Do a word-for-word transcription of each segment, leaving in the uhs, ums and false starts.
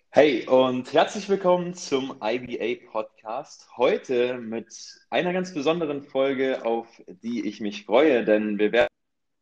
Hey und herzlich willkommen zum I B A Podcast. Heute mit einer ganz besonderen Folge, auf die ich mich freue, denn wir werden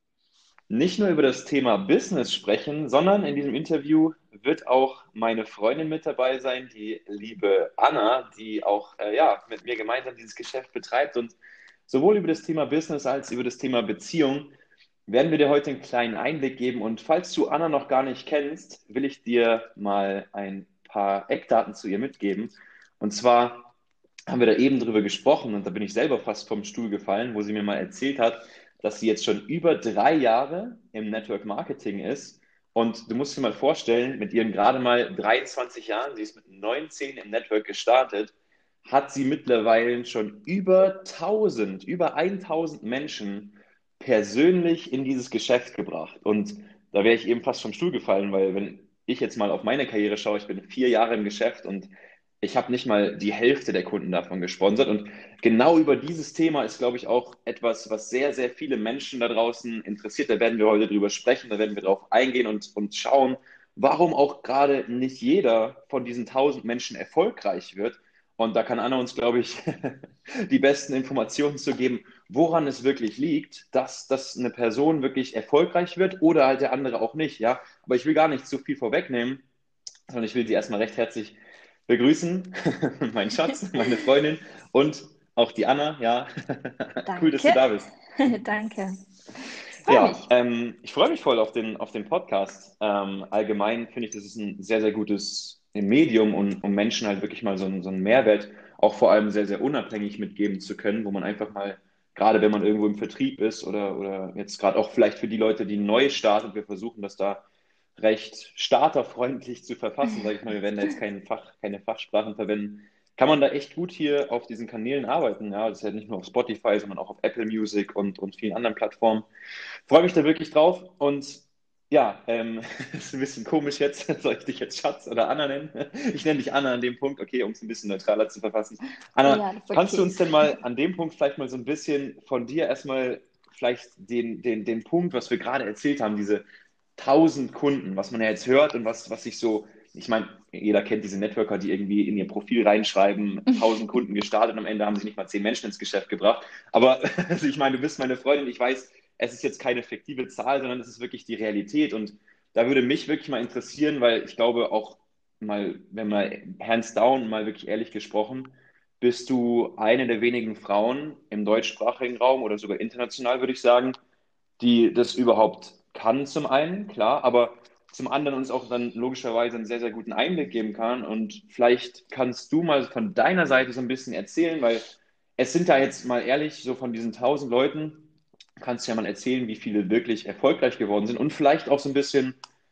nicht nur über das Thema Business sprechen, sondern in diesem Interview wird auch meine Freundin mit dabei sein, die liebe Anna, die auch äh, ja, mit mir gemeinsam dieses Geschäft betreibt. Und sowohl über das Thema Business als über das Thema Beziehung werden wir dir heute einen kleinen Einblick geben. Und falls du Anna noch gar nicht kennst, will ich dir mal ein paar Eckdaten zu ihr mitgeben. Und zwar haben wir da eben drüber gesprochen und da bin ich selber fast vom Stuhl gefallen, wo sie mir mal erzählt hat, dass sie jetzt schon über drei Jahre im Network Marketing ist. Und du musst dir mal vorstellen, mit ihren gerade mal dreiundzwanzig Jahren, sie ist mit neunzehn im Network gestartet, hat sie mittlerweile schon über tausend, über tausend Menschen persönlich in dieses Geschäft gebracht. Und da wäre ich eben fast vom Stuhl gefallen, weil wenn ich jetzt mal auf meine Karriere schaue, ich bin vier Jahre im Geschäft und ich habe nicht mal die Hälfte der Kunden davon gesponsert. Und genau über dieses Thema ist, glaube ich, auch etwas, was sehr, sehr viele Menschen da draußen interessiert. Da werden wir heute drüber sprechen, da werden wir drauf eingehen und, und schauen, warum auch gerade nicht jeder von diesen tausend Menschen erfolgreich wird. Und da kann Anna uns, glaube ich, die besten Informationen zu geben, woran es wirklich liegt, dass, dass eine Person wirklich erfolgreich wird oder halt der andere auch nicht. Ja, aber ich will gar nicht zu viel vorwegnehmen, sondern ich will Sie erstmal recht herzlich begrüßen, mein Schatz, meine Freundin und auch die Anna. Ja, cool, dass du Danke. da bist. Danke. Ich freue Ja, mich. ähm, ich freue mich voll auf den, auf den Podcast. Ähm, allgemein finde ich, das ist ein sehr, sehr gutes Medium, um, um Menschen halt wirklich mal so, einen- so einen Mehrwert, auch vor allem sehr, sehr unabhängig mitgeben zu können, wo man einfach mal, gerade wenn man irgendwo im Vertrieb ist oder, oder jetzt gerade auch vielleicht für die Leute, die neu starten, wir versuchen das da recht starterfreundlich zu verfassen, sage ich mal, wir werden da jetzt kein Fach, keine Fachsprachen verwenden, kann man da echt gut hier auf diesen Kanälen arbeiten. Ja, das ist ja nicht nur auf Spotify, sondern auch auf Apple Music und, und vielen anderen Plattformen. Freue mich da wirklich drauf und ja, ähm, ist ein bisschen komisch jetzt. Soll ich dich jetzt Schatz oder Anna nennen? Ich nenne dich Anna an dem Punkt, okay, um es ein bisschen neutraler zu verfassen. Anna, Ja, das ist kannst du okay. uns denn mal an dem Punkt vielleicht mal so ein bisschen von dir erstmal vielleicht den, den, den Punkt, was wir gerade erzählt haben, diese tausend Kunden, was man ja jetzt hört und was, was sich so, ich meine, jeder kennt diese Networker, die irgendwie in ihr Profil reinschreiben, tausend Kunden gestartet und am Ende haben sich nicht mal zehn Menschen ins Geschäft gebracht. Aber also ich meine, du bist meine Freundin, ich weiß, es ist jetzt keine fiktive Zahl, sondern es ist wirklich die Realität. Und da würde mich wirklich mal interessieren, weil ich glaube auch mal, wenn mal hands down, mal wirklich ehrlich gesprochen, bist du eine der wenigen Frauen im deutschsprachigen Raum oder sogar international, würde ich sagen, die das überhaupt kann zum einen, klar, aber zum anderen uns auch dann logischerweise einen sehr, sehr guten Einblick geben kann. Und vielleicht kannst du mal von deiner Seite so ein bisschen erzählen, weil es sind da jetzt mal ehrlich, so von diesen tausend Leuten, kannst du ja mal erzählen, wie viele wirklich erfolgreich geworden sind und vielleicht auch so ein bisschen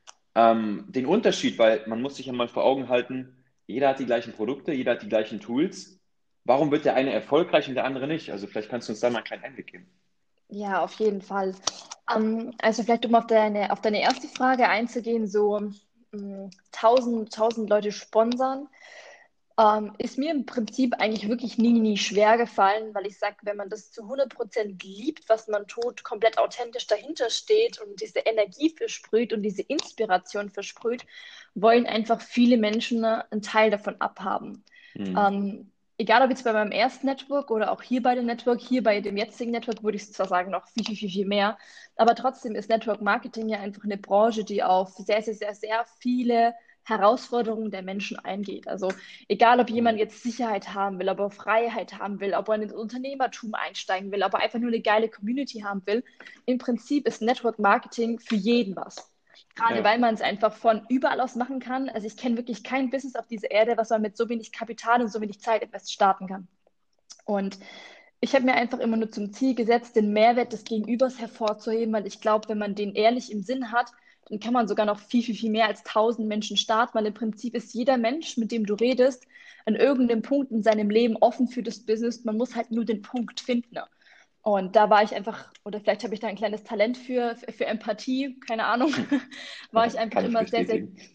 ähm, den Unterschied, weil man muss sich ja mal vor Augen halten, jeder hat die gleichen Produkte, jeder hat die gleichen Tools. Warum wird der eine erfolgreich und der andere nicht? Also vielleicht kannst du uns da mal einen kleinen Einblick geben. Ja, auf jeden Fall. Ähm, also vielleicht, um auf deine, auf deine erste Frage einzugehen, so mh, tausend, tausend Leute sponsern, ähm, ist mir im Prinzip eigentlich wirklich nie, nie schwer gefallen, weil ich sage, wenn man das zu hundert Prozent liebt, was man tut, komplett authentisch dahinter steht und diese Energie versprüht und diese Inspiration versprüht, wollen einfach viele Menschen äh, einen Teil davon abhaben. Hm. Ähm, Egal ob jetzt bei meinem ersten Network oder auch hier bei dem Network, hier bei dem jetzigen Network würde ich zwar sagen, noch viel, viel, viel, viel mehr, aber trotzdem ist Network Marketing ja einfach eine Branche, die auf sehr, sehr, sehr, sehr viele Herausforderungen der Menschen eingeht. Also egal, ob jemand Hm. jetzt Sicherheit haben will, ob er Freiheit haben will, ob er in das Unternehmertum einsteigen will, ob er einfach nur eine geile Community haben will, im Prinzip ist Network Marketing für jeden was. Gerade Ja. weil man es einfach von überall aus machen kann. Also ich kenne wirklich kein Business auf dieser Erde, was man mit so wenig Kapital und so wenig Zeit etwas starten kann. Und ich habe mir einfach immer nur zum Ziel gesetzt, den Mehrwert des Gegenübers hervorzuheben, weil ich glaube, wenn man den ehrlich im Sinn hat, dann kann man sogar noch viel, viel, viel mehr als tausend Menschen starten, weil im Prinzip ist jeder Mensch, mit dem du redest, an irgendeinem Punkt in seinem Leben offen für das Business. Man muss halt nur den Punkt finden. Und da war ich einfach, oder vielleicht habe ich da ein kleines Talent für, für, für Empathie, keine Ahnung, war ich einfach Kann ich immer sehr, sehr, bestätigen.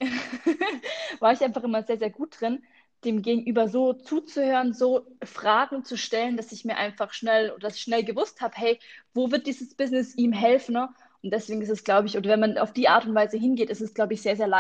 war ich einfach immer sehr, sehr gut drin, dem Gegenüber so zuzuhören, so Fragen zu stellen, dass ich mir einfach schnell oder dass ich schnell gewusst habe, hey, wo wird dieses Business ihm helfen? Ne? Und deswegen ist es, glaube ich, oder wenn man auf die Art und Weise hingeht, ist es, glaube ich, sehr, sehr leicht,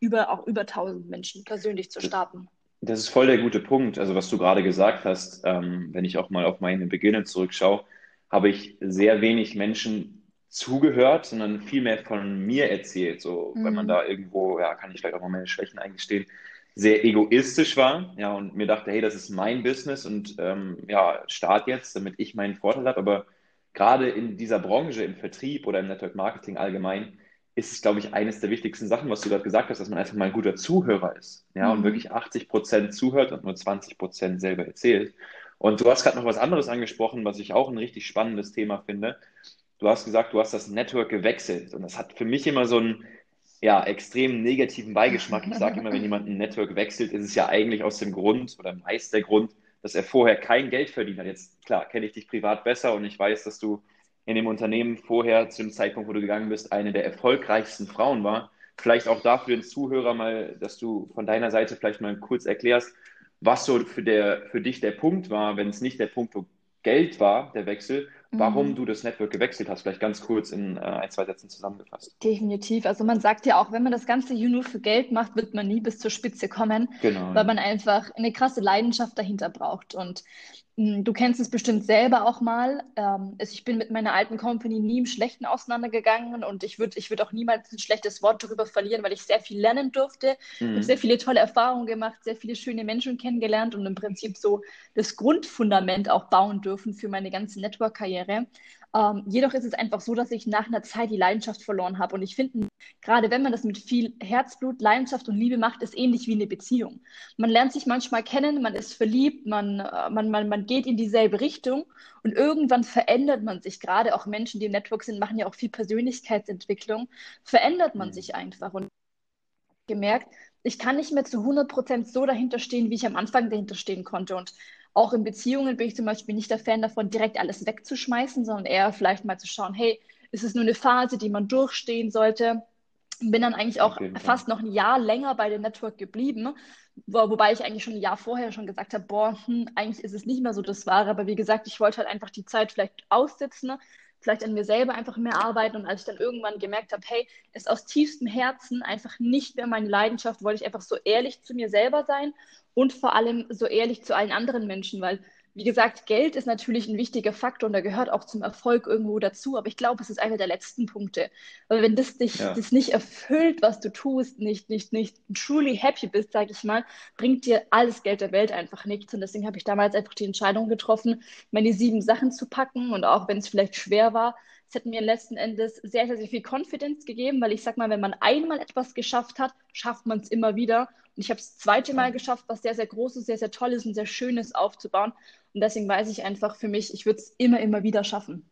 über, auch über tausend Menschen persönlich zu starten. Das ist voll der gute Punkt. Also was du gerade gesagt hast, ähm, wenn ich auch mal auf meine Beginne zurückschaue, habe ich sehr wenig Menschen zugehört, sondern viel mehr von mir erzählt. So, weil man Mhm. da irgendwo, ja, kann ich vielleicht auch mal meine Schwächen eingestehen, sehr egoistisch war, ja, und mir dachte, hey, das ist mein Business und ähm, ja, start jetzt, damit ich meinen Vorteil habe. Aber gerade in dieser Branche, im Vertrieb oder im Network Marketing allgemein, ist es, glaube ich, eines der wichtigsten Sachen, was du gerade gesagt hast, dass man einfach mal ein guter Zuhörer ist, ja, und Mhm. wirklich achtzig Prozent zuhört und nur zwanzig Prozent selber erzählt. Und du hast gerade noch was anderes angesprochen, was ich auch ein richtig spannendes Thema finde. Du hast gesagt, du hast das Network gewechselt und das hat für mich immer so einen, ja, extrem negativen Beigeschmack. Ich sage immer, wenn jemand ein Network wechselt, ist es ja eigentlich aus dem Grund oder meist der Grund, dass er vorher kein Geld verdient hat. Jetzt, klar, kenne ich dich privat besser und ich weiß, dass du in dem Unternehmen vorher, zu dem Zeitpunkt, wo du gegangen bist, eine der erfolgreichsten Frauen war. Vielleicht auch da für den Zuhörer mal, dass du von deiner Seite vielleicht mal kurz erklärst, was so für, der, für dich der Punkt war, wenn es nicht der Punkt Geld war, der Wechsel, warum Mhm. du das Network gewechselt hast. Vielleicht ganz kurz in äh, ein, zwei Sätzen zusammengefasst. Definitiv. Also man sagt ja auch, wenn man das Ganze hier nur für Geld macht, wird man nie bis zur Spitze kommen, Genau, weil ja. man einfach eine krasse Leidenschaft dahinter braucht. Und mh, du kennst es bestimmt selber auch mal. Ähm, also ich bin mit meiner alten Company nie im Schlechten auseinandergegangen und ich würde ich würd auch niemals ein schlechtes Wort darüber verlieren, weil ich sehr viel lernen durfte. Ich habe sehr Mhm. viele tolle Erfahrungen gemacht, sehr viele schöne Menschen kennengelernt und im Prinzip so das Grundfundament auch bauen dürfen für meine ganze Network-Karriere. Ähm, jedoch ist es einfach so, dass ich nach einer Zeit die Leidenschaft verloren habe. Und ich finde, gerade wenn man das mit viel Herzblut, Leidenschaft und Liebe macht, ist ähnlich wie eine Beziehung. Man lernt sich manchmal kennen, man ist verliebt, man, äh, man, man, man geht in dieselbe Richtung und irgendwann verändert man sich. Gerade auch Menschen, die im Network sind, machen ja auch viel Persönlichkeitsentwicklung, verändert man Mhm. sich einfach. Und gemerkt, ich kann nicht mehr zu hundert Prozent so dahinter stehen, wie ich am Anfang dahinter stehen konnte. Und auch in Beziehungen bin ich zum Beispiel nicht der Fan davon, direkt alles wegzuschmeißen, sondern eher vielleicht mal zu schauen, hey, ist es nur eine Phase, die man durchstehen sollte? Bin dann eigentlich auch Auf jeden Fall. fast noch ein Jahr länger bei dem Network geblieben, wo, wobei ich eigentlich schon ein Jahr vorher schon gesagt habe, boah, hm, eigentlich ist es nicht mehr so das Wahre, aber wie gesagt, ich wollte halt einfach die Zeit vielleicht aussitzen, vielleicht an mir selber einfach mehr arbeiten und als ich dann irgendwann gemerkt habe, hey, ist aus tiefstem Herzen einfach nicht mehr meine Leidenschaft, wollte ich einfach so ehrlich zu mir selber sein und vor allem so ehrlich zu allen anderen Menschen, weil wie gesagt, Geld ist natürlich ein wichtiger Faktor und der gehört auch zum Erfolg irgendwo dazu, aber ich glaube, es ist einer der letzten Punkte. Aber wenn das dich Ja. das nicht erfüllt, was du tust, nicht, nicht, nicht truly happy bist, sage ich mal, bringt dir alles Geld der Welt einfach nichts. Und deswegen habe ich damals einfach die Entscheidung getroffen, meine sieben Sachen zu packen. Und auch wenn es vielleicht schwer war, es hat mir letzten Endes sehr, sehr, sehr viel Confidence gegeben, weil ich sag mal, wenn man einmal etwas geschafft hat, schafft man es immer wieder. Und ich habe es das zweite Mal Ja. geschafft, was sehr, sehr Großes, sehr, sehr Tolles und sehr Schönes aufzubauen. Und deswegen weiß ich einfach für mich, ich würde es immer, immer wieder schaffen.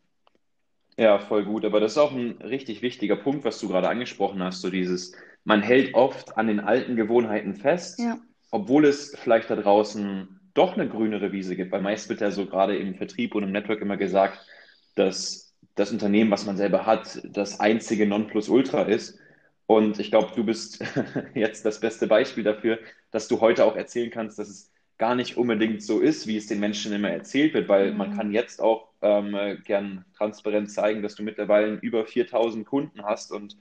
Ja, voll gut. Aber das ist auch ein richtig wichtiger Punkt, was du gerade angesprochen hast. So dieses, man hält oft an den alten Gewohnheiten fest, Ja, obwohl es vielleicht da draußen doch eine grünere Wiese gibt. Weil meist wird ja so gerade im Vertrieb und im Network immer gesagt, dass das Unternehmen, was man selber hat, das einzige Nonplusultra ist. Und ich glaube, du bist jetzt das beste Beispiel dafür, dass du heute auch erzählen kannst, dass es gar nicht unbedingt so ist, wie es den Menschen immer erzählt wird, weil man kann mhm. jetzt auch ähm, äh, gern transparent zeigen, dass du mittlerweile über viertausend Kunden hast und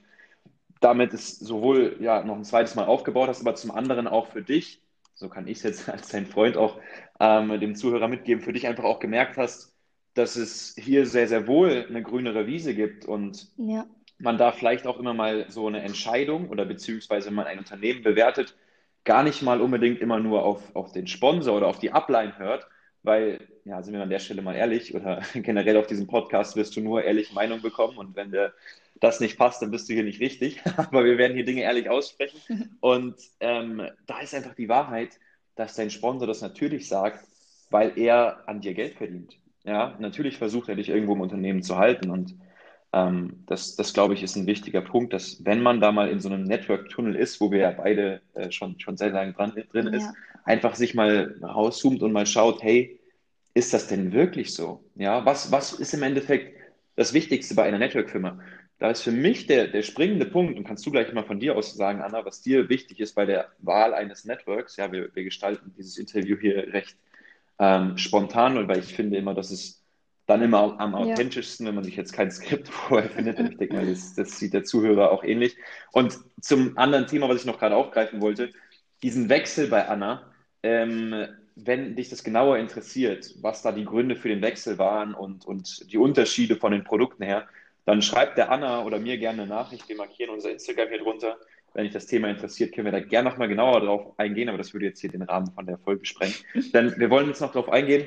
damit es sowohl ja noch ein zweites Mal aufgebaut hast, aber zum anderen auch für dich, so kann ich es jetzt als dein Freund auch ähm, dem Zuhörer mitgeben, für dich einfach auch gemerkt hast, dass es hier sehr, sehr wohl eine grünere Wiese gibt und Ja, man da vielleicht auch immer mal so eine Entscheidung oder beziehungsweise wenn man ein Unternehmen bewertet, gar nicht mal unbedingt immer nur auf, auf den Sponsor oder auf die Upline hört, weil, ja, sind wir an der Stelle mal ehrlich oder generell auf diesem Podcast wirst du nur ehrliche Meinung bekommen und wenn dir das nicht passt, dann bist du hier nicht richtig, aber wir werden hier Dinge ehrlich aussprechen und ähm, da ist einfach die Wahrheit, dass dein Sponsor das natürlich sagt, weil er an dir Geld verdient. Ja, natürlich versucht er dich irgendwo im Unternehmen zu halten und ähm, das, das glaube ich, ist ein wichtiger Punkt, dass wenn man da mal in so einem Network-Tunnel ist, wo wir ja beide äh, schon, schon sehr lange dran, drin ist, ja, einfach sich mal rauszoomt und mal schaut, hey, ist das denn wirklich so? Ja, was, was ist im Endeffekt das Wichtigste bei einer Network-Firma? Da ist für mich der, der springende Punkt, und kannst du gleich mal von dir aus sagen, Anna, was dir wichtig ist bei der Wahl eines Networks. Ja, wir, wir gestalten dieses Interview hier recht ähm, spontan, weil ich finde immer, dass es dann immer am am Ja. authentischsten, wenn man sich jetzt kein Skript vorher findet. Und ich denke mal, das, das sieht der Zuhörer auch ähnlich. Und zum anderen Thema, was ich noch gerade aufgreifen wollte, diesen Wechsel bei Anna, ähm, wenn dich das genauer interessiert, was da die Gründe für den Wechsel waren und, und die Unterschiede von den Produkten her, dann schreibt der Anna oder mir gerne eine Nachricht. Wir markieren unser Instagram hier drunter. Wenn dich das Thema interessiert, können wir da gerne nochmal genauer drauf eingehen, aber das würde jetzt hier den Rahmen von der Folge sprengen. Denn wir wollen jetzt noch darauf eingehen,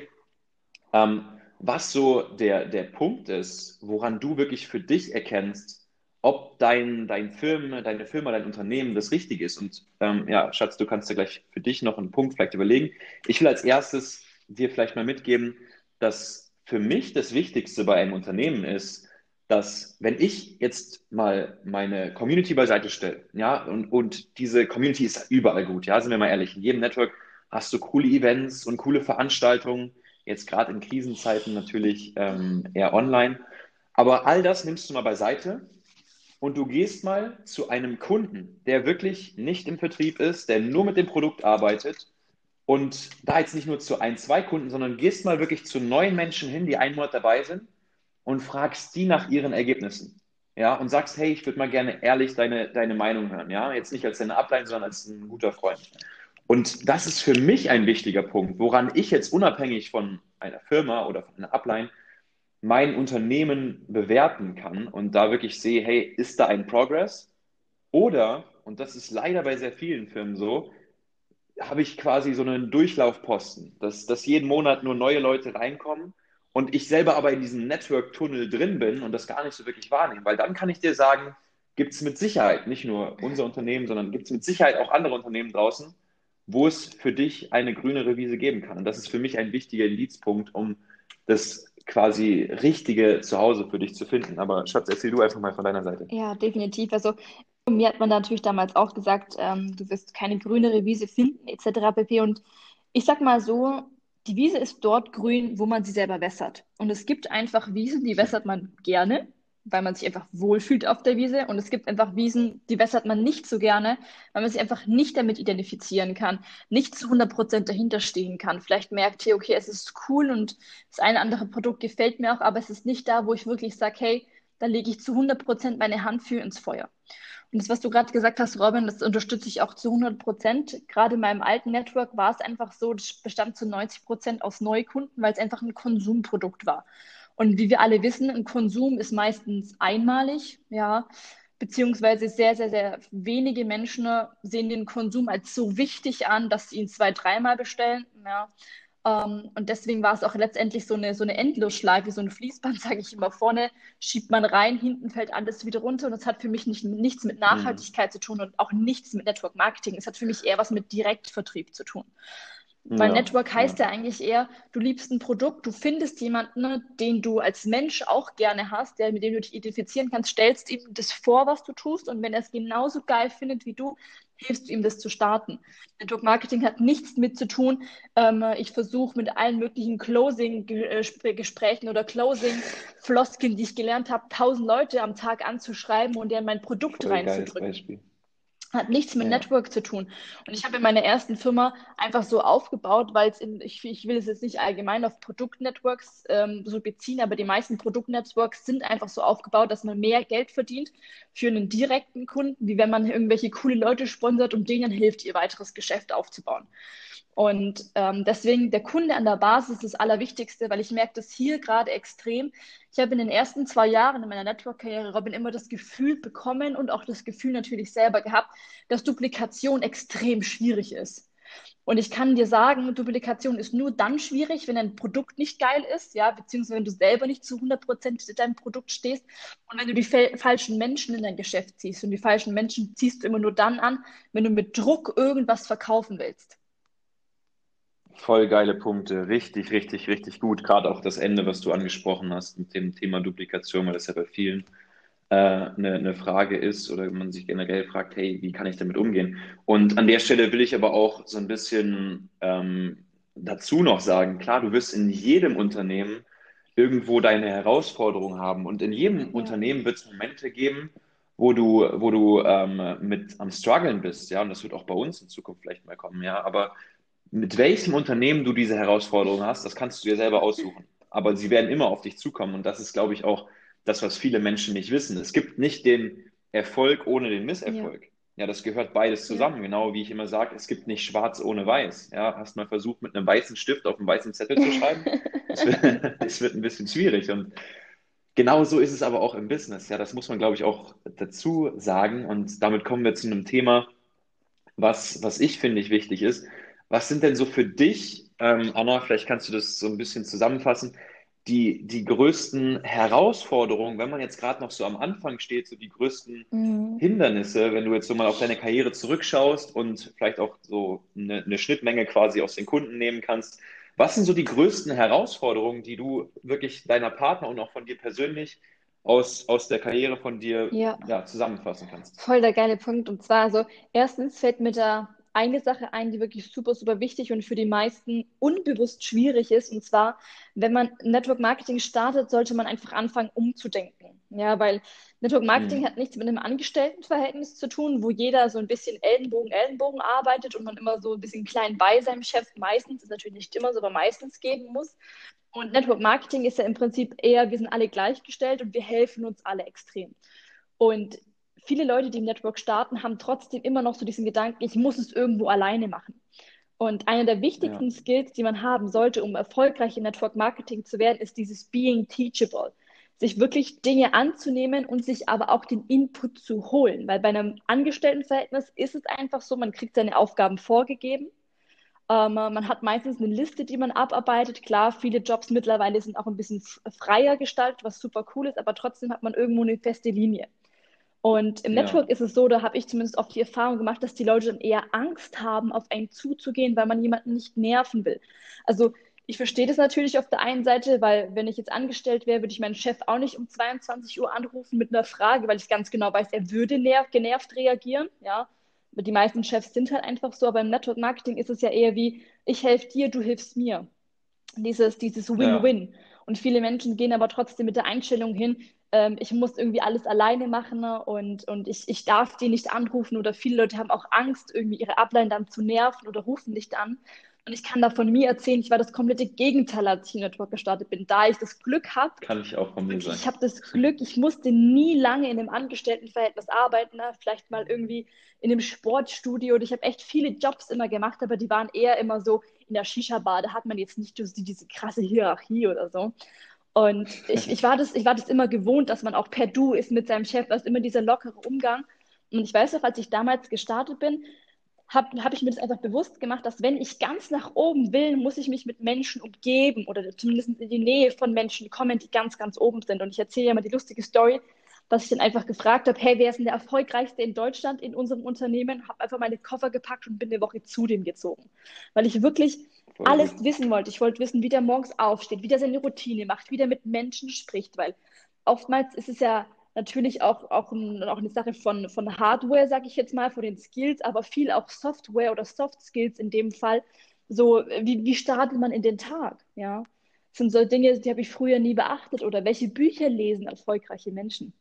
ähm, was so der, der Punkt ist, woran du wirklich für dich erkennst, ob dein, dein Firma, deine Firma, dein Unternehmen das Richtige ist. Und ähm, ja, Schatz, du kannst dir gleich für dich noch einen Punkt vielleicht überlegen. Ich will als erstes dir vielleicht mal mitgeben, dass für mich das Wichtigste bei einem Unternehmen ist, dass wenn ich jetzt mal meine Community beiseite stelle, ja, und, und diese Community ist überall gut, ja, sind wir mal ehrlich, in jedem Network hast du coole Events und coole Veranstaltungen, jetzt gerade in Krisenzeiten natürlich ähm, eher online. Aber all das nimmst du mal beiseite und du gehst mal zu einem Kunden, der wirklich nicht im Vertrieb ist, der nur mit dem Produkt arbeitet und da jetzt nicht nur zu ein, zwei Kunden, sondern gehst mal wirklich zu neuen Menschen hin, die einen Monat dabei sind und fragst die nach ihren Ergebnissen. Ja, und sagst, hey, ich würde mal gerne ehrlich deine, deine Meinung hören. Ja, jetzt nicht als deine Ablein, sondern als ein guter Freund. Und das ist für mich ein wichtiger Punkt, woran ich jetzt unabhängig von einer Firma oder von einer Upline mein Unternehmen bewerten kann und da wirklich sehe, hey, ist da ein Progress? Oder, und das ist leider bei sehr vielen Firmen so, habe ich quasi so einen Durchlaufposten, dass, dass jeden Monat nur neue Leute reinkommen und ich selber aber in diesem Network-Tunnel drin bin und das gar nicht so wirklich wahrnehme. Weil dann kann ich dir sagen, gibt es mit Sicherheit nicht nur unser Unternehmen, sondern gibt es mit Sicherheit auch andere Unternehmen draußen, wo es für dich eine grünere Wiese geben kann. Und das ist für mich ein wichtiger Indizpunkt, um das quasi richtige Zuhause für dich zu finden. Aber Schatz, erzähl du einfach mal von deiner Seite. Ja, definitiv. Also mir hat man da natürlich damals auch gesagt, ähm, du wirst keine grünere Wiese finden, et cetera pp. Und ich sag mal so, die Wiese ist dort grün, wo man sie selber wässert. Und es gibt einfach Wiesen, die wässert man gerne, weil man sich einfach wohlfühlt auf der Wiese. Und es gibt einfach Wiesen, die wässert man nicht so gerne, weil man sich einfach nicht damit identifizieren kann, nicht zu hundert Prozent dahinter stehen kann. Vielleicht merkt ihr, okay, es ist cool und das eine andere Produkt gefällt mir auch, aber es ist nicht da, wo ich wirklich sage, hey, da lege ich zu hundert Prozent meine Hand für ins Feuer. Und das, was du gerade gesagt hast, Robin, das unterstütze ich auch zu hundert Prozent. Gerade in meinem alten Network war es einfach so, das bestand zu neunzig Prozent aus Neukunden, weil es einfach ein Konsumprodukt war. Und wie wir alle wissen, ein Konsum ist meistens einmalig, ja, beziehungsweise sehr, sehr, sehr wenige Menschen sehen den Konsum als so wichtig an, dass sie ihn zwei, dreimal bestellen, ja. Ähm, und deswegen war es auch letztendlich so eine, so eine Endlosschleife, so ein Fließband, sage ich immer. Vorne schiebt man rein, hinten fällt alles wieder runter. Und das hat für mich nicht, nichts mit Mhm. Nachhaltigkeit zu tun und auch nichts mit Network Marketing. Es hat für mich eher was mit Direktvertrieb zu tun. Weil Ja, Network ja. heißt ja eigentlich eher, du liebst ein Produkt, du findest jemanden, ne, den du als Mensch auch gerne hast, der, mit dem du dich identifizieren kannst, stellst ihm das vor, was du tust, und wenn er es genauso geil findet wie du, hilfst du ihm, das zu starten. Network Marketing hat nichts mit zu tun. Ähm, ich versuche mit allen möglichen Closing-Gesprächen oder Closing-Floskeln, die ich gelernt habe, tausend Leute am Tag anzuschreiben und denen mein Produkt Voll geiles reinzudrücken. Beispiel. Hat nichts mit Ja. Network zu tun. Und ich habe in meiner ersten Firma einfach so aufgebaut, weil es in, ich, ich will es jetzt nicht allgemein auf Produktnetworks ähm, so beziehen, aber die meisten Produktnetworks sind einfach so aufgebaut, dass man mehr Geld verdient für einen direkten Kunden, wie wenn man irgendwelche coole Leute sponsert und denen hilft, ihr weiteres Geschäft aufzubauen. Und ähm, deswegen der Kunde an der Basis ist das Allerwichtigste, weil ich merke das hier gerade extrem. Ich habe in den ersten zwei Jahren in meiner Network-Karriere, Robin, immer das Gefühl bekommen und auch das Gefühl natürlich selber gehabt, dass Duplikation extrem schwierig ist. Und ich kann dir sagen, Duplikation ist nur dann schwierig, wenn ein Produkt nicht geil ist, ja, beziehungsweise wenn du selber nicht zu hundert Prozent zu deinem Produkt stehst und wenn du die fa- falschen Menschen in dein Geschäft ziehst. Und die falschen Menschen ziehst du immer nur dann an, wenn du mit Druck irgendwas verkaufen willst. Voll geile Punkte. Richtig, richtig, richtig gut. Gerade auch das Ende, was du angesprochen hast mit dem Thema Duplikation, weil das ja bei vielen äh, eine, eine Frage ist oder man sich generell fragt, hey, wie kann ich damit umgehen? Und an der Stelle will ich aber auch so ein bisschen ähm, dazu noch sagen, klar, du wirst in jedem Unternehmen irgendwo deine Herausforderung haben und in jedem Ja. Unternehmen wird es Momente geben, wo du, wo du ähm, mit am Struggeln bist, ja, und das wird auch bei uns in Zukunft vielleicht mal kommen, ja, aber mit welchem Unternehmen du diese Herausforderung hast, das kannst du dir selber aussuchen. aber sie werden immer auf dich zukommen. Und das ist, glaube ich, auch das, was viele Menschen nicht wissen. Es gibt nicht den Erfolg ohne den Ja, Misserfolg. Ja, das gehört beides ja. zusammen. Genau wie ich immer sage, es gibt nicht schwarz ohne weiß. Ja, hast mal versucht, mit einem weißen Stift auf einem weißen Zettel zu schreiben? Das wird, das wird ein bisschen schwierig. Und genau so ist es aber auch im Business. Ja, das muss man, glaube ich, auch dazu sagen. Und damit kommen wir zu einem Thema, was, was ich finde ich wichtig ist. Was sind denn so für dich, ähm, Anna, vielleicht kannst du das so ein bisschen zusammenfassen, die, die größten Herausforderungen, wenn man jetzt gerade noch so am Anfang steht, so die größten Mhm. Hindernisse, wenn du jetzt so mal auf deine Karriere zurückschaust und vielleicht auch so eine, eine Schnittmenge quasi aus den Kunden nehmen kannst. Was sind so die größten Herausforderungen, die du wirklich deiner Partner und auch von dir persönlich aus, aus der Karriere von dir Ja. ja, zusammenfassen kannst? Voll der geile Punkt. Und zwar, also erstens fällt mir da eine Sache ein, die wirklich super, super wichtig und für die meisten unbewusst schwierig ist. Und zwar, wenn man Network Marketing startet, sollte man einfach anfangen, umzudenken. Ja, weil Network Marketing hat Mhm. nichts mit einem Angestelltenverhältnis zu tun, wo jeder so ein bisschen Ellenbogen, Ellenbogen arbeitet und man immer so ein bisschen klein bei seinem Chef, meistens, ist natürlich nicht immer so, aber meistens geben muss. Und Network Marketing ist ja im Prinzip eher, wir sind alle gleichgestellt und wir helfen uns alle extrem. Und viele Leute, die im Network starten, haben trotzdem immer noch so diesen Gedanken, ich muss es irgendwo alleine machen. Und einer der Ja, wichtigsten Skills, die man haben sollte, um erfolgreich im Network Marketing zu werden, ist dieses Being Teachable. Sich wirklich Dinge anzunehmen und sich aber auch den Input zu holen. Weil bei einem Angestelltenverhältnis ist es einfach so, man kriegt seine Aufgaben vorgegeben. Ähm, man hat meistens eine Liste, die man abarbeitet. Klar, viele Jobs mittlerweile sind auch ein bisschen freier gestaltet, was super cool ist, aber trotzdem hat man irgendwo eine feste Linie. Und im ja, Network ist es so, da habe ich zumindest oft die Erfahrung gemacht, dass die Leute dann eher Angst haben, auf einen zuzugehen, weil man jemanden nicht nerven will. Also ich verstehe das natürlich auf der einen Seite, weil wenn ich jetzt angestellt wäre, würde ich meinen Chef auch nicht um zweiundzwanzig Uhr anrufen mit einer Frage, weil ich ganz genau weiß, er würde nerv genervt reagieren. Ja, die meisten Chefs sind halt einfach so, aber im Network Marketing ist es ja eher wie, ich helfe dir, du hilfst mir, dieses, dieses ja, Win-Win. Und viele Menschen gehen aber trotzdem mit der Einstellung hin, ähm, ich muss irgendwie alles alleine machen, ne? und, und ich, ich darf die nicht anrufen oder viele Leute haben auch Angst, irgendwie ihre Upline dann zu nerven oder rufen nicht an. Und ich kann da von mir erzählen, ich war das komplette Gegenteil, als ich in Network gestartet bin. Da ich das Glück habe, kann ich auch von mir wirklich, ich sagen. habe das Glück, ich musste nie lange in einem Angestelltenverhältnis arbeiten, ne? Vielleicht mal irgendwie in einem Sportstudio. Und ich habe echt viele Jobs immer gemacht, aber die waren eher immer so in der Shisha-Bar. Da hat man jetzt nicht so diese krasse Hierarchie oder so. Und ich, ich, war das, ich war das immer gewohnt, dass man auch per Du ist mit seinem Chef, also immer dieser lockere Umgang. Und ich weiß noch, als ich damals gestartet bin, habe hab ich mir das einfach bewusst gemacht, dass wenn ich ganz nach oben will, muss ich mich mit Menschen umgeben oder zumindest in die Nähe von Menschen kommen, die ganz, ganz oben sind. Und ich erzähle ja mal die lustige Story, dass ich dann einfach gefragt habe, hey, wer ist denn der Erfolgreichste in Deutschland in unserem Unternehmen? Habe einfach meine Koffer gepackt und bin eine Woche zu dem gezogen. Weil ich wirklich Voll gut. alles wissen wollte. Ich wollte wissen, wie der morgens aufsteht, wie der seine Routine macht, wie der mit Menschen spricht, weil oftmals ist es ja natürlich auch, auch, ein, auch eine Sache von, von Hardware, sage ich jetzt mal, von den Skills, aber viel auch Software oder Soft Skills in dem Fall. So, wie, wie startet man in den Tag? Ja, das sind so Dinge, die habe ich früher nie beachtet. Oder welche Bücher lesen erfolgreiche Menschen?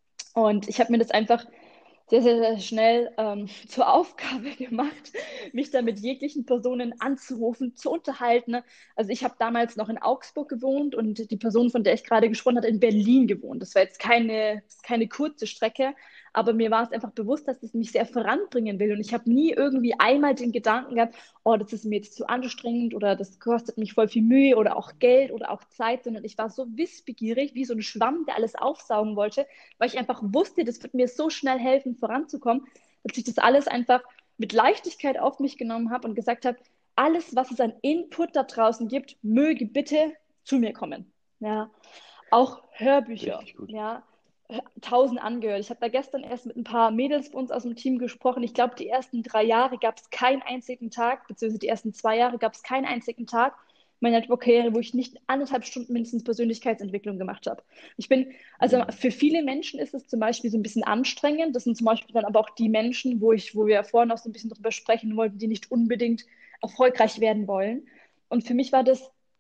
Und ich habe mir das einfach sehr, sehr, sehr schnell ähm, zur Aufgabe gemacht, mich da mit jeglichen Personen anzurufen, zu unterhalten. Also ich habe damals noch in Augsburg gewohnt und die Person, von der ich gerade gesprochen habe, hat in Berlin gewohnt. Das war jetzt keine, keine kurze Strecke, aber mir war es einfach bewusst, dass es mich sehr voranbringen will. Und ich habe nie irgendwie einmal den Gedanken gehabt, oh, das ist mir jetzt zu anstrengend oder das kostet mich voll viel Mühe oder auch Geld oder auch Zeit, sondern ich war so wissbegierig, wie so ein Schwamm, der alles aufsaugen wollte, weil ich einfach wusste, das wird mir so schnell helfen, voranzukommen, dass ich das alles einfach mit Leichtigkeit auf mich genommen habe und gesagt habe, alles, was es an Input da draußen gibt, möge bitte zu mir kommen. Ja, auch Hörbücher, Richtig gut. ja, tausend angehört. Ich habe da gestern erst mit ein paar Mädels bei uns aus dem Team gesprochen. Ich glaube, die ersten drei Jahre gab es keinen einzigen Tag, beziehungsweise die ersten zwei Jahre gab es keinen einzigen Tag meiner Network-Karriere, wo ich nicht anderthalb Stunden mindestens Persönlichkeitsentwicklung gemacht habe. Ich bin, also Mhm. für viele Menschen ist es zum Beispiel so ein bisschen anstrengend. Das sind zum Beispiel dann aber auch die Menschen, wo ich, wo wir ja vorhin auch so ein bisschen drüber sprechen wollten, die nicht unbedingt erfolgreich werden wollen. Und für mich war das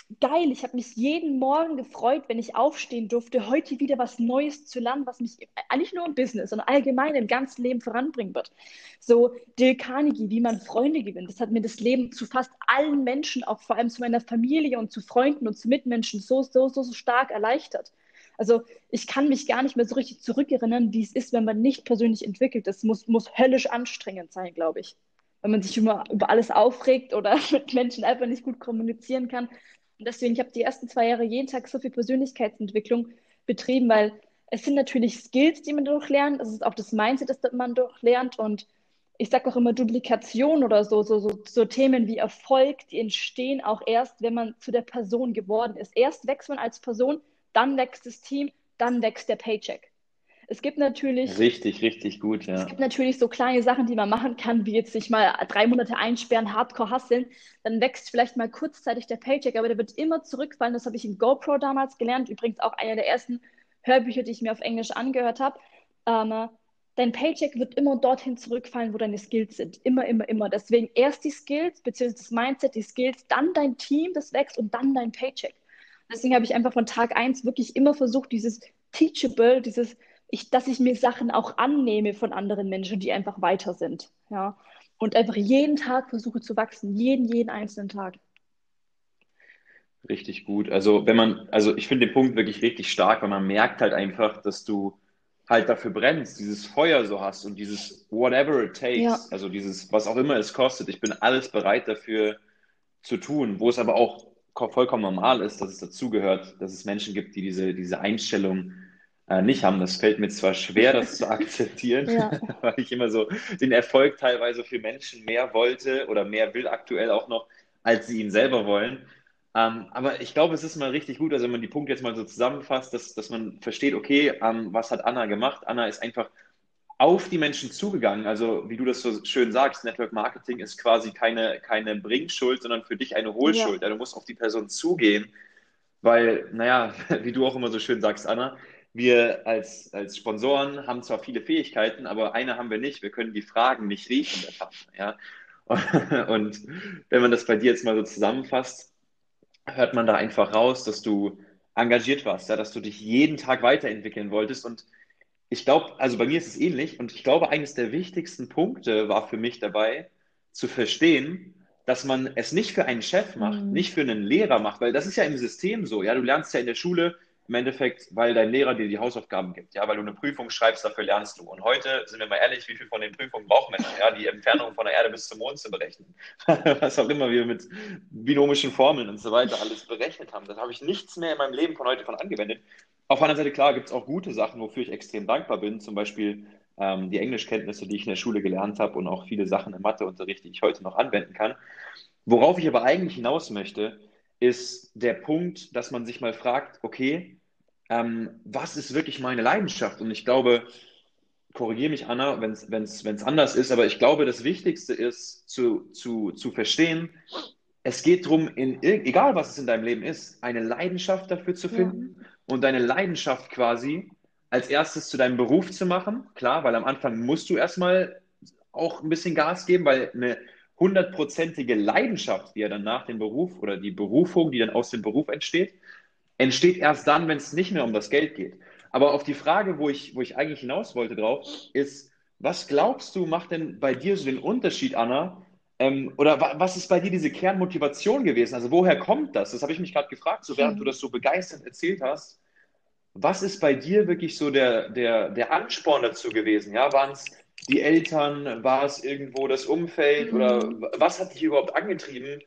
geil. Ich habe mich jeden Morgen gefreut, wenn ich aufstehen durfte, heute wieder was Neues zu lernen, was mich äh, nicht nur im Business, sondern allgemein im ganzen Leben voranbringen wird. So Dale Carnegie, wie man Freunde gewinnt. Das hat mir das Leben zu fast allen Menschen, auch vor allem zu meiner Familie und zu Freunden und zu Mitmenschen so, so, so, so stark erleichtert. Also ich kann mich gar nicht mehr so richtig zurückerinnern, wie es ist, wenn man nicht persönlich entwickelt. Das muss, muss höllisch anstrengend sein, glaube ich. Wenn man sich immer über alles aufregt oder mit Menschen einfach nicht gut kommunizieren kann. Und deswegen, ich habe die ersten zwei Jahre jeden Tag so viel Persönlichkeitsentwicklung betrieben, weil es sind natürlich Skills, die man durchlernt. Es ist auch das Mindset, das man durchlernt. Und ich sage auch immer Duplikation oder so, so, so, so Themen wie Erfolg, die entstehen auch erst, wenn man zu der Person geworden ist. Erst wächst man als Person, dann wächst das Team, dann wächst der Paycheck. Es gibt natürlich Richtig, richtig gut, es ja. gibt natürlich so kleine Sachen, die man machen kann, wie jetzt sich mal drei Monate einsperren, hardcore hasseln. Dann wächst vielleicht mal kurzzeitig der Paycheck, aber der wird immer zurückfallen. Das habe ich in GoPro damals gelernt. Übrigens auch einer der ersten Hörbücher, die ich mir auf Englisch angehört habe. Ähm, dein Paycheck wird immer dorthin zurückfallen, wo deine Skills sind. Immer, immer, immer. Deswegen erst die Skills, beziehungsweise das Mindset, die Skills, dann dein Team, das wächst und dann dein Paycheck. Deswegen habe ich einfach von Tag eins wirklich immer versucht, dieses Teachable, dieses ich, dass ich mir Sachen auch annehme von anderen Menschen, die einfach weiter sind. Ja. Und einfach jeden Tag versuche zu wachsen. Jeden, jeden einzelnen Tag. Richtig gut. Also wenn man, also ich finde den Punkt wirklich richtig stark, weil man merkt halt einfach, dass du halt dafür brennst, dieses Feuer so hast und dieses whatever it Ja, takes, also dieses, was auch immer es kostet, ich bin alles bereit dafür zu tun, wo es aber auch ko- vollkommen normal ist, dass es dazugehört, dass es Menschen gibt, die diese, diese Einstellung äh, nicht haben. Das fällt mir zwar schwer, das zu akzeptieren, ja. weil ich immer so den Erfolg teilweise für Menschen mehr wollte oder mehr will aktuell auch noch, als sie ihn selber wollen. Ähm, aber ich glaube, es ist mal richtig gut, also wenn man die Punkte jetzt mal so zusammenfasst, dass, dass man versteht, okay, ähm, was hat Anna gemacht? Anna ist einfach auf die Menschen zugegangen. Also, wie du das so schön sagst, Network Marketing ist quasi keine, keine Bringschuld, sondern für dich eine Ja, Holschuld. Ja, du musst auf die Person zugehen, weil, naja, wie du auch immer so schön sagst, Anna, wir als, als Sponsoren haben zwar viele Fähigkeiten, aber eine haben wir nicht. Wir können die Fragen nicht riechen, der Partner. Ja? Und wenn man das bei dir jetzt mal so zusammenfasst, hört man da einfach raus, dass du engagiert warst, ja, dass du dich jeden Tag weiterentwickeln wolltest. Und ich glaube, also bei mir ist es ähnlich. Und ich glaube, eines der wichtigsten Punkte war für mich dabei, zu verstehen, dass man es nicht für einen Chef macht, mm, nicht für einen Lehrer macht, weil das ist ja im System so. Ja, du lernst ja in der Schule im Endeffekt, weil dein Lehrer dir die Hausaufgaben gibt, ja, weil du eine Prüfung schreibst, dafür lernst du. Und heute, sind wir mal ehrlich, wie viel von den Prüfungen braucht man, ja, die Entfernung von der Erde bis zum Mond zu berechnen. Was auch immer wir mit binomischen Formeln und so weiter alles berechnet haben. Da habe ich nichts mehr in meinem Leben von heute von angewendet. Auf der anderen Seite, klar, gibt es auch gute Sachen, wofür ich extrem dankbar bin. Zum Beispiel ähm, die Englischkenntnisse, die ich in der Schule gelernt habe und auch viele Sachen im Matheunterricht, die ich heute noch anwenden kann. Worauf ich aber eigentlich hinaus möchte, ist der Punkt, dass man sich mal fragt, okay, ähm, was ist wirklich meine Leidenschaft? Und ich glaube, korrigiere mich, Anna, wenn es wenn's, wenn's anders ist, aber ich glaube, das Wichtigste ist zu, zu, zu verstehen, es geht darum, in, egal was es in deinem Leben ist, eine Leidenschaft dafür zu ja, finden und deine Leidenschaft quasi als erstes zu deinem Beruf zu machen. Klar, weil am Anfang musst du erstmal auch ein bisschen Gas geben, weil eine hundertprozentige Leidenschaft, die ja dann nach dem Beruf oder die Berufung, die dann aus dem Beruf entsteht, entsteht erst dann, wenn es nicht mehr um das Geld geht. Aber auf die Frage, wo ich, wo ich eigentlich hinaus wollte drauf, ist, was glaubst du, macht denn bei dir so den Unterschied, Anna? Ähm, oder wa was ist bei dir diese Kernmotivation gewesen? Also woher kommt das? Das habe ich mich gerade gefragt, so während du hm. das so begeistert erzählt hast. Was ist bei dir wirklich so der, der, der Ansporn dazu gewesen? Ja, waren es die Eltern? War es irgendwo das Umfeld? Oder Mm. was hat dich überhaupt angetrieben?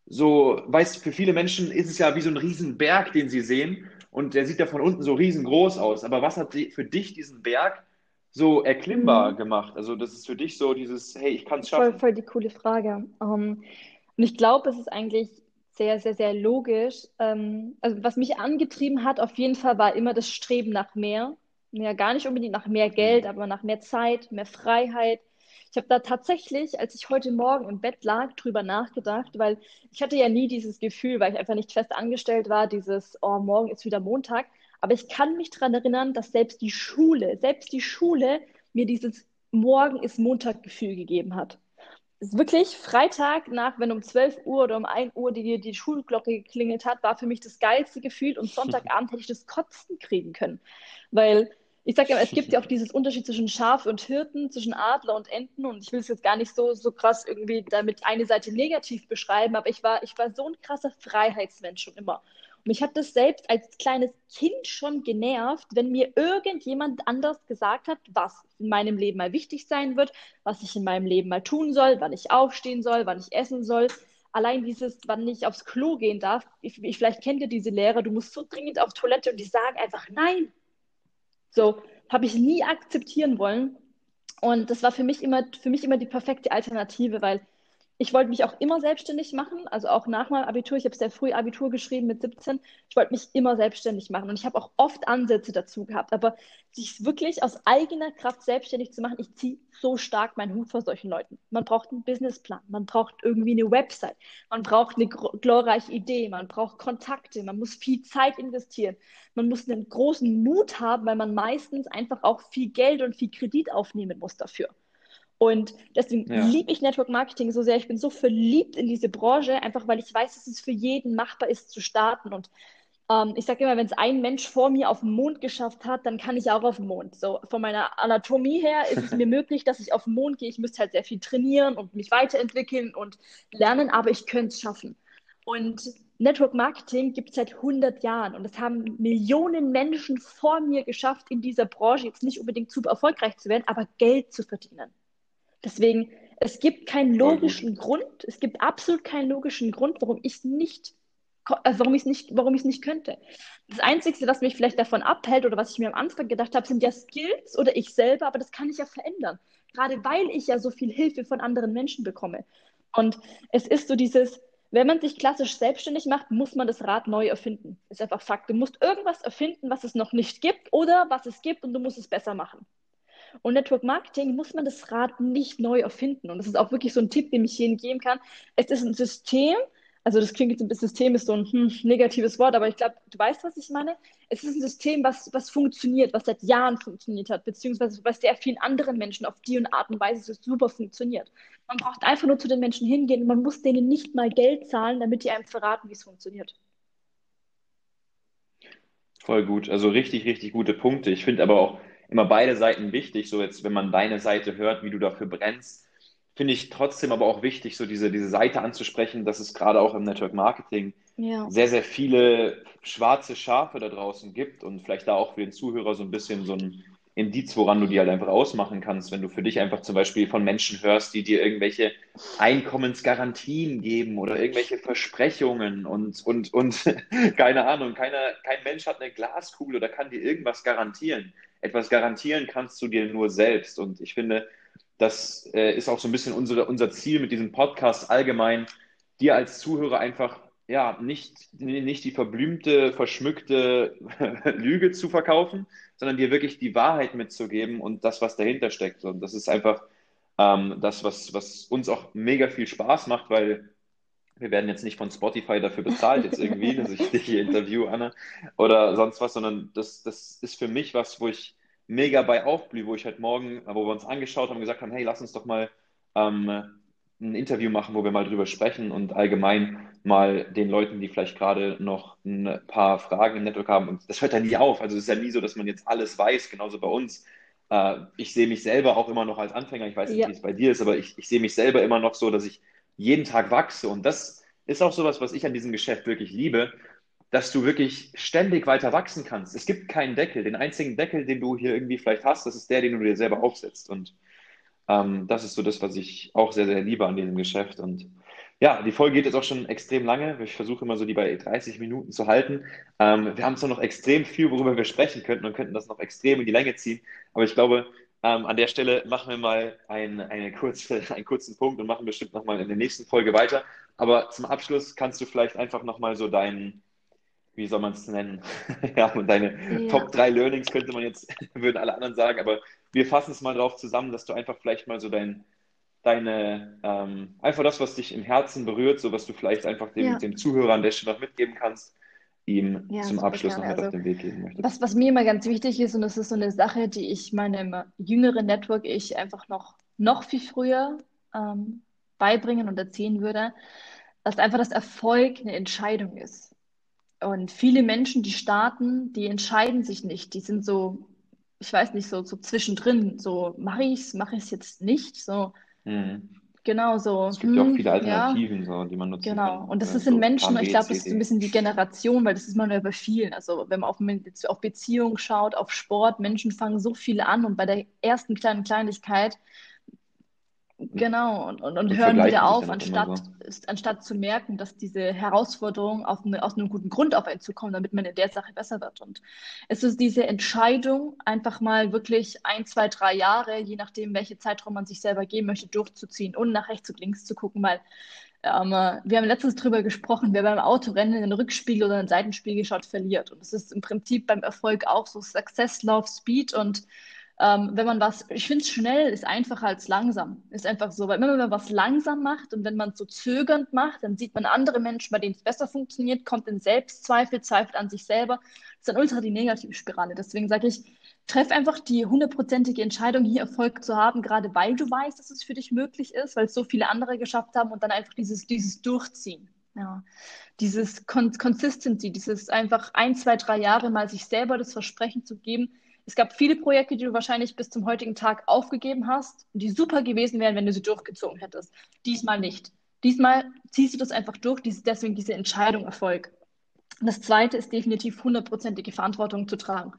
So, weißt, für viele Menschen ist es ja wie so ein Riesenberg, den sie sehen. Und der sieht ja von unten so riesengroß aus. Aber was hat die, für dich diesen Berg so erklimmbar Mm. gemacht? Also, das ist für dich so dieses, hey, ich kann es Voll, schaffen. voll die coole Frage. Ähm, und ich glaube, es ist eigentlich sehr, sehr, sehr logisch. Ähm, also was mich angetrieben hat, auf jeden Fall war immer das Streben nach mehr. Ja, gar nicht unbedingt nach mehr Geld, Mhm. aber nach mehr Zeit, mehr Freiheit. Ich habe da tatsächlich, als ich heute Morgen im Bett lag, drüber nachgedacht, weil ich hatte ja nie dieses Gefühl, weil ich einfach nicht fest angestellt war, dieses, oh, morgen ist wieder Montag. Aber ich kann mich daran erinnern, dass selbst die Schule, selbst die Schule mir dieses Morgen ist Montag Gefühl gegeben hat. ist wirklich Freitag nach, wenn um zwölf Uhr oder um ein Uhr die, die Schulglocke geklingelt hat, war für mich das geilste Gefühl und Sonntagabend hätte ich das Kotzen kriegen können. Weil ich sage immer, es gibt ja auch dieses Unterschied zwischen Schaf und Hirten, zwischen Adler und Enten und ich will es jetzt gar nicht so, so krass irgendwie damit eine Seite negativ beschreiben, aber ich war, ich war so ein krasser Freiheitsmensch schon immer. Und mich hat das selbst als kleines Kind schon genervt, wenn mir irgendjemand anders gesagt hat, was in meinem Leben mal wichtig sein wird, was ich in meinem Leben mal tun soll, wann ich aufstehen soll, wann ich essen soll. Allein dieses, wann ich aufs Klo gehen darf. Ich, ich, vielleicht kennt ihr diese Lehrer, du musst so dringend auf Toilette und die sagen einfach nein. So habe ich nie akzeptieren wollen. Und das war für mich immer, für mich immer die perfekte Alternative, weil ich wollte mich auch immer selbstständig machen, also auch nach meinem Abitur. Ich habe sehr früh Abitur geschrieben mit siebzehn. Ich wollte mich immer selbstständig machen und ich habe auch oft Ansätze dazu gehabt. Aber sich wirklich aus eigener Kraft selbstständig zu machen, ich ziehe so stark meinen Hut vor solchen Leuten. Man braucht einen Businessplan, man braucht irgendwie eine Website, man braucht eine glorreiche Idee, man braucht Kontakte, man muss viel Zeit investieren, man muss einen großen Mut haben, weil man meistens einfach auch viel Geld und viel Kredit aufnehmen muss dafür. Und deswegen Ja. liebe ich Network Marketing so sehr. Ich bin so verliebt in diese Branche, einfach weil ich weiß, dass es für jeden machbar ist zu starten. Und ähm, ich sage immer, wenn es ein Mensch vor mir auf den Mond geschafft hat, dann kann ich auch auf den Mond. So von meiner Anatomie her ist es mir möglich, dass ich auf den Mond gehe. Ich müsste halt sehr viel trainieren und mich weiterentwickeln und lernen, aber ich könnte es schaffen. Und Network Marketing gibt es seit hundert Jahren und es haben Millionen Menschen vor mir geschafft, in dieser Branche jetzt nicht unbedingt super erfolgreich zu werden, aber Geld zu verdienen. Deswegen, es gibt keinen Voll gut. logischen Grund, es gibt absolut keinen logischen Grund, warum ich es nicht, äh, warum ich es nicht, warum ich es nicht könnte. Das Einzige, was mich vielleicht davon abhält oder was ich mir am Anfang gedacht habe, sind ja Skills oder ich selber, aber das kann ich ja verändern. Gerade weil ich ja so viel Hilfe von anderen Menschen bekomme. Und es ist so dieses, wenn man sich klassisch selbstständig macht, muss man das Rad neu erfinden. Ist einfach Fakt. Du musst irgendwas erfinden, was es noch nicht gibt oder was es gibt und du musst es besser machen. Und Network Marketing muss man das Rad nicht neu erfinden. Und das ist auch wirklich so ein Tipp, den ich jedem geben kann. Es ist ein System, also das klingt jetzt ein bisschen, System ist so ein hm, negatives Wort, aber ich glaube, du weißt, was ich meine. Es ist ein System, was, was funktioniert, was seit Jahren funktioniert hat, beziehungsweise was sehr vielen anderen Menschen auf die und Art und Weise so super funktioniert. Man braucht einfach nur zu den Menschen hingehen und man muss denen nicht mal Geld zahlen, damit die einem verraten, wie es funktioniert. Voll gut. Also richtig, richtig gute Punkte. Ich finde aber auch immer beide Seiten wichtig. So jetzt, wenn man deine Seite hört, wie du dafür brennst, finde ich trotzdem aber auch wichtig, so diese, diese Seite anzusprechen, dass es gerade auch im Network Marketing Ja, sehr, sehr viele schwarze Schafe da draußen gibt und vielleicht da auch für den Zuhörer so ein bisschen so ein Indiz, woran du die halt einfach ausmachen kannst, wenn du für dich einfach zum Beispiel von Menschen hörst, die dir irgendwelche Einkommensgarantien geben oder irgendwelche Versprechungen und, und, und keine Ahnung, keiner, kein Mensch hat eine Glaskugel oder kann dir irgendwas garantieren. Etwas garantieren kannst du dir nur selbst. Und ich finde, das äh, ist auch so ein bisschen unsere, unser Ziel mit diesem Podcast allgemein, dir als Zuhörer einfach ja nicht, nicht die verblümte, verschmückte Lüge zu verkaufen, sondern dir wirklich die Wahrheit mitzugeben und das, was dahinter steckt. Und das ist einfach ähm, das, was, was uns auch mega viel Spaß macht, weil wir werden jetzt nicht von Spotify dafür bezahlt, jetzt irgendwie, dass ich dich hier interview, Anna, oder sonst was, sondern das, das ist für mich was, wo ich mega bei aufblühe, wo ich heute Morgen, wo wir uns angeschaut haben und gesagt haben, hey, lass uns doch mal ähm, ein Interview machen, wo wir mal drüber sprechen und allgemein mal den Leuten, die vielleicht gerade noch ein paar Fragen im Network haben. Und das hört ja nie auf. Also es ist ja nie so, dass man jetzt alles weiß, genauso bei uns. Äh, ich sehe mich selber auch immer noch als Anfänger. Ich weiß nicht, ja, wie es bei dir ist, aber ich, ich sehe mich selber immer noch so, dass ich jeden Tag wachse. Und das ist auch sowas, was ich an diesem Geschäft wirklich liebe, dass du wirklich ständig weiter wachsen kannst. Es gibt keinen Deckel. Den einzigen Deckel, den du hier irgendwie vielleicht hast, das ist der, den du dir selber aufsetzt. Und ähm, das ist so das, was ich auch sehr, sehr liebe an diesem Geschäft. Und ja, die Folge geht jetzt auch schon extrem lange. Ich versuche immer so die bei dreißig Minuten zu halten. Ähm, wir haben zwar noch extrem viel, worüber wir sprechen könnten und könnten das noch extrem in die Länge ziehen. Aber ich glaube, ähm, an der Stelle machen wir mal ein, eine kurze, einen kurzen Punkt und machen bestimmt nochmal in der nächsten Folge weiter. Aber zum Abschluss kannst du vielleicht einfach nochmal so deinen, wie soll man es nennen? Ja, und deine ja. Top drei Learnings könnte man jetzt, würden alle anderen sagen, aber wir fassen es mal drauf zusammen, dass du einfach vielleicht mal so dein, deine, ähm, einfach das, was dich im Herzen berührt, so was du vielleicht einfach dem, Ja, dem Zuhörer an der Stelle noch mitgeben kannst, ihm ja, zum super Abschluss noch gerne. mit auf Also, den Weg geben was, möchtest. was mir immer ganz wichtig ist, und das ist so eine Sache, die ich meinem jüngeren Network ich einfach noch, noch viel früher ähm, beibringen und erzählen würde, dass einfach das Erfolg eine Entscheidung ist. Und viele Menschen, die starten, die entscheiden sich nicht. Die sind so, ich weiß nicht, so, so zwischendrin. So, mache ich es, mache ich es jetzt nicht? So, Mhm. genau so, Es gibt ja auch hm, viele ja, Alternativen, so, die man nutzen genau. kann. Und das Äh, ist in so Menschen, Plan ich B, glaube, das ist so ein C D. bisschen die Generation, weil das ist man ja bei vielen. Also wenn man auf, auf Beziehungen schaut, auf Sport, Menschen fangen so viel an und bei der ersten kleinen Kleinigkeit Und, genau, und, und, und und hören vergleichen wieder sich auf, dann auch immer anstatt, so. anstatt zu merken, dass diese Herausforderungen auf eine, aus einem guten Grund auf einen zukommen, damit man in der Sache besser wird. Und es ist diese Entscheidung, einfach mal wirklich ein, zwei, drei Jahre, je nachdem, welche Zeitraum man sich selber geben möchte, durchzuziehen und nach rechts und links zu gucken, weil ähm, wir haben letztens drüber gesprochen, wer beim Autorennen in den Rückspiegel oder in den Seitenspiegel schaut, verliert. Und es ist im Prinzip beim Erfolg auch so Success, Love, Speed und ähm, wenn man was, ich finde, schnell ist einfacher als langsam. Ist einfach so, weil wenn man was langsam macht und wenn man es so zögernd macht, dann sieht man andere Menschen, bei denen es besser funktioniert, kommt in Selbstzweifel, zweifelt an sich selber. Das ist dann ultra die negative Spirale. Deswegen sage ich, treff einfach die hundertprozentige Entscheidung, hier Erfolg zu haben, gerade weil du weißt, dass es für dich möglich ist, weil es so viele andere geschafft haben und dann einfach dieses, dieses Durchziehen. Ja, dieses Con Consistency, dieses einfach ein, zwei, drei Jahre mal sich selber das Versprechen zu geben. Es gab viele Projekte, die du wahrscheinlich bis zum heutigen Tag aufgegeben hast, die super gewesen wären, wenn du sie durchgezogen hättest. Diesmal nicht. Diesmal ziehst du das einfach durch, deswegen diese Entscheidung Erfolg. Und das Zweite ist definitiv hundertprozentige Verantwortung zu tragen.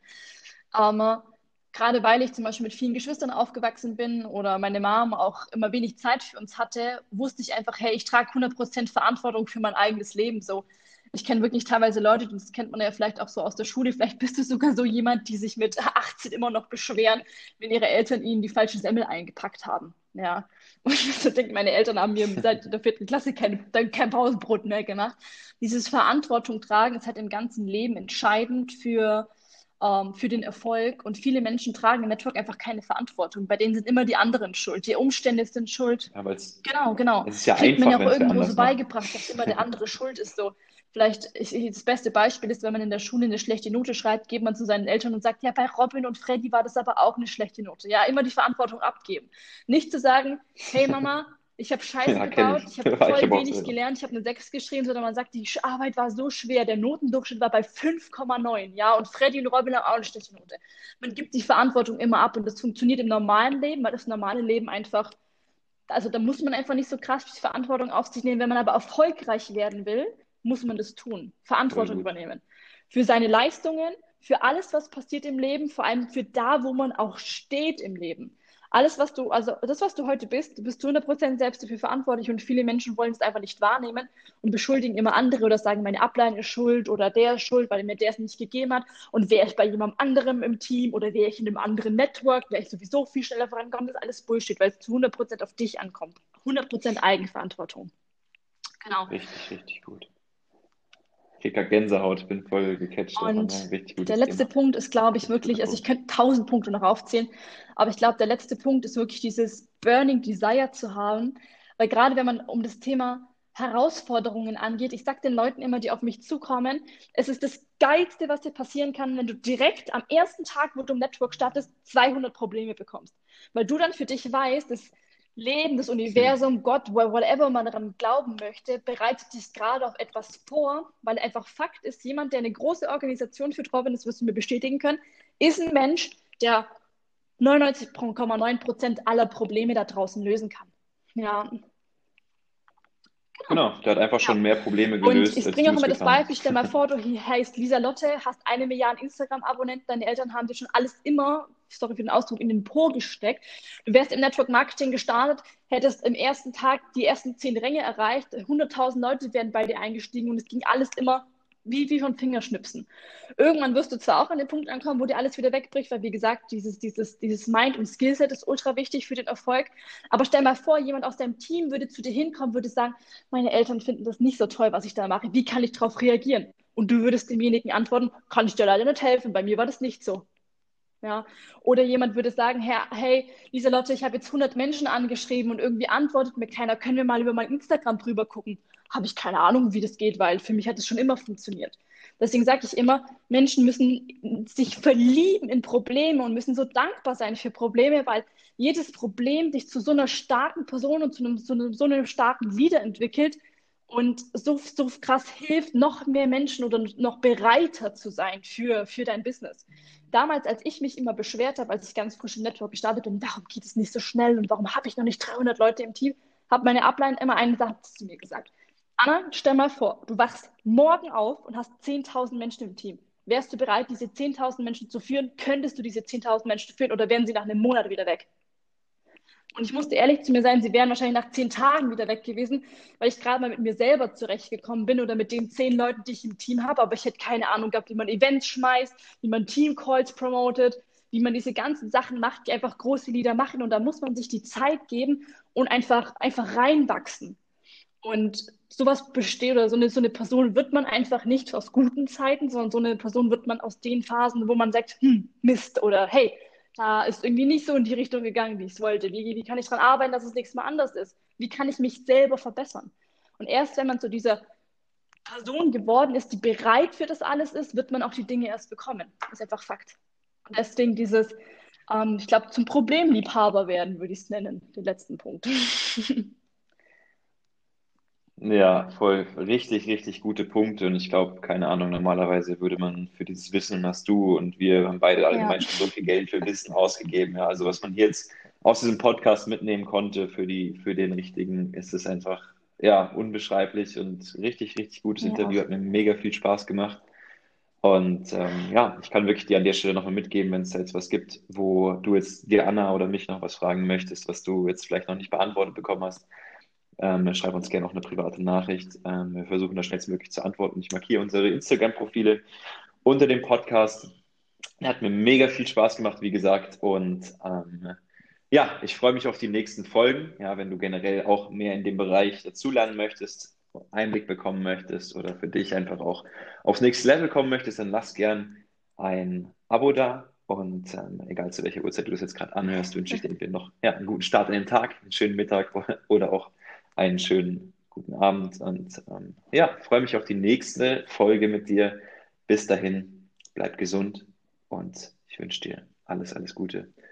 Ähm, Gerade weil ich zum Beispiel mit vielen Geschwistern aufgewachsen bin oder meine Mom auch immer wenig Zeit für uns hatte, wusste ich einfach, hey, ich trage hundert Prozent Verantwortung für mein eigenes Leben. So, ich kenne wirklich teilweise Leute, das kennt man ja vielleicht auch so aus der Schule, vielleicht bist du sogar so jemand, die sich mit achtzehn immer noch beschweren, wenn ihre Eltern ihnen die falsche Semmel eingepackt haben. Ja, und ich so denke, meine Eltern haben mir seit der vierten Klasse kein, kein Pausenbrot mehr gemacht. Dieses Verantwortung tragen ist halt im ganzen Leben entscheidend für ähm, für den Erfolg. Und viele Menschen tragen im Network einfach keine Verantwortung. Bei denen sind immer die anderen schuld. Die Umstände sind schuld. Ja, weil es, Genau, genau. es ist ja Kriegt man ja einfach, auch wenn es wer irgendwo so anders macht. beigebracht, dass immer der andere schuld ist. So, vielleicht, ich, ich, das beste Beispiel ist, wenn man in der Schule eine schlechte Note schreibt, geht man zu seinen Eltern und sagt, ja, bei Robin und Freddy war das aber auch eine schlechte Note. Ja, immer die Verantwortung abgeben. Nicht zu sagen, hey Mama, ich habe Scheiße Ja, kenne gebaut, ich. ich habe Ich voll habe auch wenig selber. gelernt, ich habe eine sechs geschrieben, sondern man sagt, die Arbeit war so schwer, der Notendurchschnitt war bei fünf Komma neun, ja, und Freddy und Robin haben auch eine schlechte Note. Man gibt die Verantwortung immer ab und das funktioniert im normalen Leben, weil das normale Leben einfach, also da muss man einfach nicht so krass die Verantwortung auf sich nehmen. Wenn man aber erfolgreich werden will, muss man das tun, Voll Verantwortung gut. übernehmen. Für seine Leistungen, für alles, was passiert im Leben, vor allem für da, wo man auch steht im Leben. Alles, was du, also das, was du heute bist, du bist zu hundert Prozent selbst dafür verantwortlich und viele Menschen wollen es einfach nicht wahrnehmen und beschuldigen immer andere oder sagen, meine Upline ist schuld oder der ist schuld, weil mir der es nicht gegeben hat und wäre ich bei jemand anderem im Team oder wäre ich in einem anderen Network, wäre ich sowieso viel schneller vorangekommen, das ist alles Bullshit, weil es zu hundert Prozent auf dich ankommt. hundert Prozent Eigenverantwortung. Genau. Richtig, richtig gut. Ich krieg grad Gänsehaut, bin voll gecatcht davon. Ja, Und richtig der gutes letzte Thema. Punkt ist, glaube ich, Richtig guter wirklich, also ich Punkt. könnte tausend Punkte noch aufzählen, aber ich glaube, der letzte Punkt ist wirklich dieses Burning Desire zu haben, weil gerade wenn man um das Thema Herausforderungen angeht, ich sage den Leuten immer, die auf mich zukommen, es ist das Geilste, was dir passieren kann, wenn du direkt am ersten Tag, wo du im Network startest, zweihundert Probleme bekommst. Weil du dann für dich weißt, dass Leben, das Universum, Gott, whatever man daran glauben möchte, bereitet dich gerade auf etwas vor, weil einfach Fakt ist, jemand, der eine große Organisation führt, Robin, das wirst du mir bestätigen können, ist ein Mensch, der neunundneunzig Komma neun Prozent aller Probleme da draußen lösen kann. Ja, genau. Genau, der hat einfach Ja. schon mehr Probleme Und gelöst, ich als bringe du auch es immer das getan Beispiel, hast. stell mal vor, du heißt Lisa Lotte, hast eine Milliarde Instagram-Abonnenten, deine Eltern haben dir schon alles immer, sorry für den Ausdruck, in den Po gesteckt. Du wärst im Network Marketing gestartet, hättest im ersten Tag die ersten zehn Ränge erreicht, hunderttausend Leute wären bei dir eingestiegen und es ging alles immer wie, wie von Fingerschnipsen. Irgendwann wirst du zwar auch an den Punkt ankommen, wo dir alles wieder wegbricht, weil wie gesagt, dieses, dieses, dieses Mind- und Skillset ist ultra wichtig für den Erfolg. Aber stell mal vor, jemand aus deinem Team würde zu dir hinkommen, würde sagen, meine Eltern finden das nicht so toll, was ich da mache. Wie kann ich darauf reagieren? Und du würdest demjenigen antworten, kann ich dir leider nicht helfen, bei mir war das nicht so. Ja. Oder jemand würde sagen, hey, Lieselotte, ich habe jetzt hundert Menschen angeschrieben und irgendwie antwortet mir keiner, können wir mal über mein Instagram drüber gucken? Habe ich keine Ahnung, wie das geht, weil für mich hat es schon immer funktioniert. Deswegen sage ich immer, Menschen müssen sich verlieben in Probleme und müssen so dankbar sein für Probleme, weil jedes Problem dich zu so einer starken Person und zu einem, zu einem, so einem starken Leader entwickelt und so, so krass hilft, noch mehr Menschen oder noch bereiter zu sein für, für dein Business. Damals, als ich mich immer beschwert habe, als ich ganz frisch im Network gestartet bin, warum geht es nicht so schnell und warum habe ich noch nicht dreihundert Leute im Team, hat meine Upline immer einen Satz zu mir gesagt. Anna, stell mal vor, du wachst morgen auf und hast zehntausend Menschen im Team. Wärst du bereit, diese zehntausend Menschen zu führen? Könntest du diese zehntausend Menschen führen oder wären sie nach einem Monat wieder weg? Und ich musste ehrlich zu mir sein, sie wären wahrscheinlich nach zehn Tagen wieder weg gewesen, weil ich gerade mal mit mir selber zurechtgekommen bin oder mit den zehn Leuten, die ich im Team habe. Aber ich hätte keine Ahnung gehabt, wie man Events schmeißt, wie man Teamcalls promotet, wie man diese ganzen Sachen macht, die einfach große Leader machen. Und da muss man sich die Zeit geben und einfach, einfach reinwachsen. Und sowas besteht oder so eine, so eine Person wird man einfach nicht aus guten Zeiten, sondern so eine Person wird man aus den Phasen, wo man sagt, hm, Mist oder hey, da ist irgendwie nicht so in die Richtung gegangen, wie ich es wollte. Wie, wie kann ich daran arbeiten, dass es nächstes Mal anders ist? Wie kann ich mich selber verbessern? Und erst wenn man zu dieser Person geworden ist, die bereit für das alles ist, wird man auch die Dinge erst bekommen. Das ist einfach Fakt. Und deswegen dieses, ähm, ich glaube, zum Problemliebhaber werden, würde ich es nennen, den letzten Punkt. Ja, voll richtig, richtig gute Punkte. Und ich glaube, keine Ahnung, normalerweise würde man für dieses Wissen, hast du und wir haben beide Ja, allgemein schon so viel Geld für Wissen ausgegeben. Ja, also was man hier jetzt aus diesem Podcast mitnehmen konnte für die, für den richtigen, ist es einfach, ja, unbeschreiblich und richtig, richtig gutes mir Interview. auch. Hat mir mega viel Spaß gemacht. Und ähm, ja, ich kann wirklich dir an der Stelle nochmal mitgeben, wenn es da jetzt was gibt, wo du jetzt dir Anna oder mich noch was fragen möchtest, was du jetzt vielleicht noch nicht beantwortet bekommen hast. Ähm, schreib uns gerne auch eine private Nachricht. Ähm, wir versuchen da schnellstmöglich zu antworten. Ich markiere unsere Instagram-Profile unter dem Podcast. Hat mir mega viel Spaß gemacht, wie gesagt. Und ähm, ja, ich freue mich auf die nächsten Folgen. Ja, wenn du generell auch mehr in dem Bereich dazulernen möchtest, Einblick bekommen möchtest oder für dich einfach auch aufs nächste Level kommen möchtest, dann lass gern ein Abo da. Und ähm, egal zu welcher Uhrzeit du das jetzt gerade anhörst, wünsche ich dir noch ja, einen guten Start in den Tag, einen schönen Mittag oder auch einen schönen guten Abend. Und ähm, ja, freue mich auf die nächste Folge mit dir. Bis dahin, bleib gesund und ich wünsche dir alles, alles Gute.